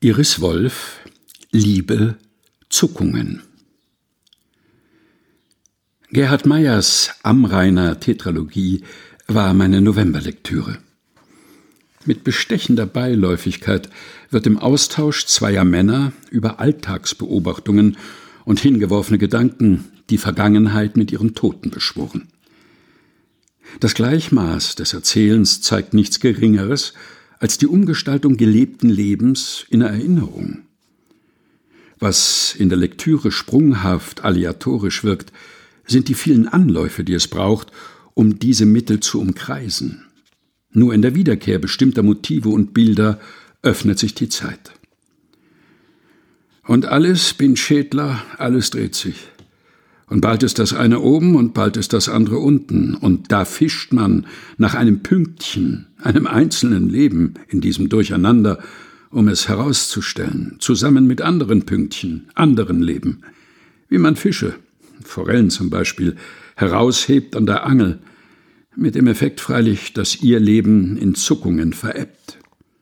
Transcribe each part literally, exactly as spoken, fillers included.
Iris Wolf, Liebe, Zuckungen. Gerhard Meyers Amrainer Tetralogie war meine Novemberlektüre. Mit bestechender Beiläufigkeit wird im Austausch zweier Männer über Alltagsbeobachtungen und hingeworfene Gedanken die Vergangenheit mit ihren Toten beschworen. Das Gleichmaß des Erzählens zeigt nichts Geringeres als die Umgestaltung gelebten Lebens in Erinnerung. Was in der Lektüre sprunghaft aleatorisch wirkt, sind die vielen Anläufe, die es braucht, um diese Mittel zu umkreisen. Nur in der Wiederkehr bestimmter Motive und Bilder öffnet sich die Zeit. Und alles bin Schädler, alles dreht sich. Und bald ist das eine oben und bald ist das andere unten. Und da fischt man nach einem Pünktchen, einem einzelnen Leben in diesem Durcheinander, um es herauszustellen, zusammen mit anderen Pünktchen, anderen Leben. Wie man Fische, Forellen zum Beispiel, heraushebt an der Angel, mit dem Effekt freilich, dass ihr Leben in Zuckungen verebbt.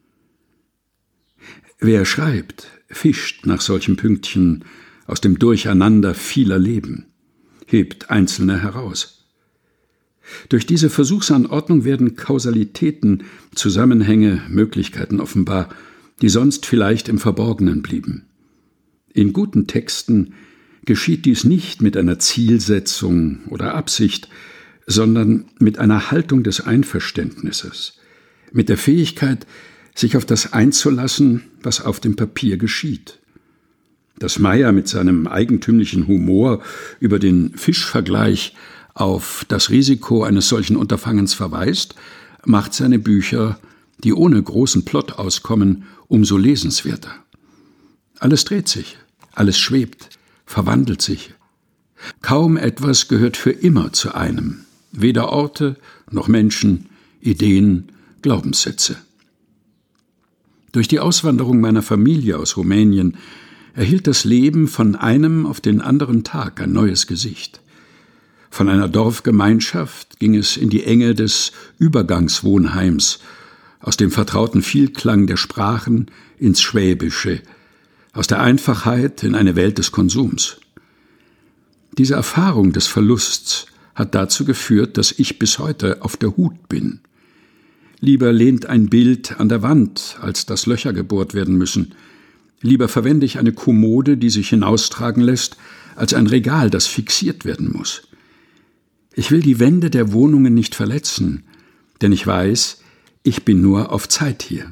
Wer schreibt, fischt nach solchen Pünktchen aus dem Durcheinander vieler Leben, hebt einzelne heraus. Durch diese Versuchsanordnung werden Kausalitäten, Zusammenhänge, Möglichkeiten offenbar, die sonst vielleicht im Verborgenen blieben. In guten Texten geschieht dies nicht mit einer Zielsetzung oder Absicht, sondern mit einer Haltung des Einverständnisses, mit der Fähigkeit, sich auf das einzulassen, was auf dem Papier geschieht. Dass Meyer mit seinem eigentümlichen Humor über den Fischvergleich auf das Risiko eines solchen Unterfangens verweist, macht seine Bücher, die ohne großen Plot auskommen, umso lesenswerter. Alles dreht sich, alles schwebt, verwandelt sich. Kaum etwas gehört für immer zu einem, weder Orte noch Menschen, Ideen, Glaubenssätze. Durch die Auswanderung meiner Familie aus Rumänien erhielt das Leben von einem auf den anderen Tag ein neues Gesicht. Von einer Dorfgemeinschaft ging es in die Enge des Übergangswohnheims, aus dem vertrauten Vielklang der Sprachen ins Schwäbische, aus der Einfachheit in eine Welt des Konsums. Diese Erfahrung des Verlusts hat dazu geführt, dass ich bis heute auf der Hut bin. Lieber lehnt ein Bild an der Wand, als dass Löcher gebohrt werden müssen. Lieber verwende ich eine Kommode, die sich hinaustragen lässt, als ein Regal, das fixiert werden muss. Ich will die Wände der Wohnungen nicht verletzen, denn ich weiß, ich bin nur auf Zeit hier.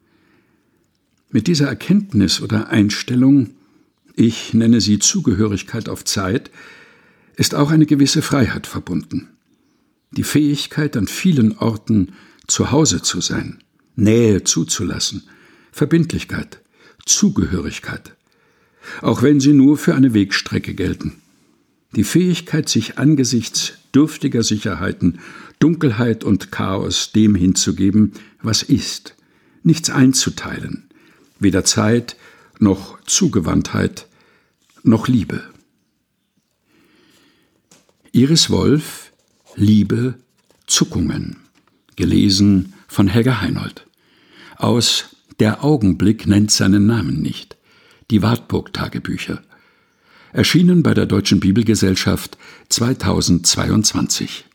Mit dieser Erkenntnis oder Einstellung, ich nenne sie Zugehörigkeit auf Zeit, ist auch eine gewisse Freiheit verbunden. Die Fähigkeit, an vielen Orten zu Hause zu sein, Nähe zuzulassen, Verbindlichkeit, Zugehörigkeit, auch wenn sie nur für eine Wegstrecke gelten. Die Fähigkeit, sich angesichts dürftiger Sicherheiten, Dunkelheit und Chaos dem hinzugeben, was ist, nichts einzuteilen, weder Zeit noch Zugewandtheit noch Liebe. Iris Wolf, Liebe, Zuckungen, gelesen von Helga Heinold. Aus Der Augenblick nennt seinen Namen nicht. Die Wartburg-Tagebücher. Erschienen bei der Deutschen Bibelgesellschaft zweitausendzweiundzwanzig.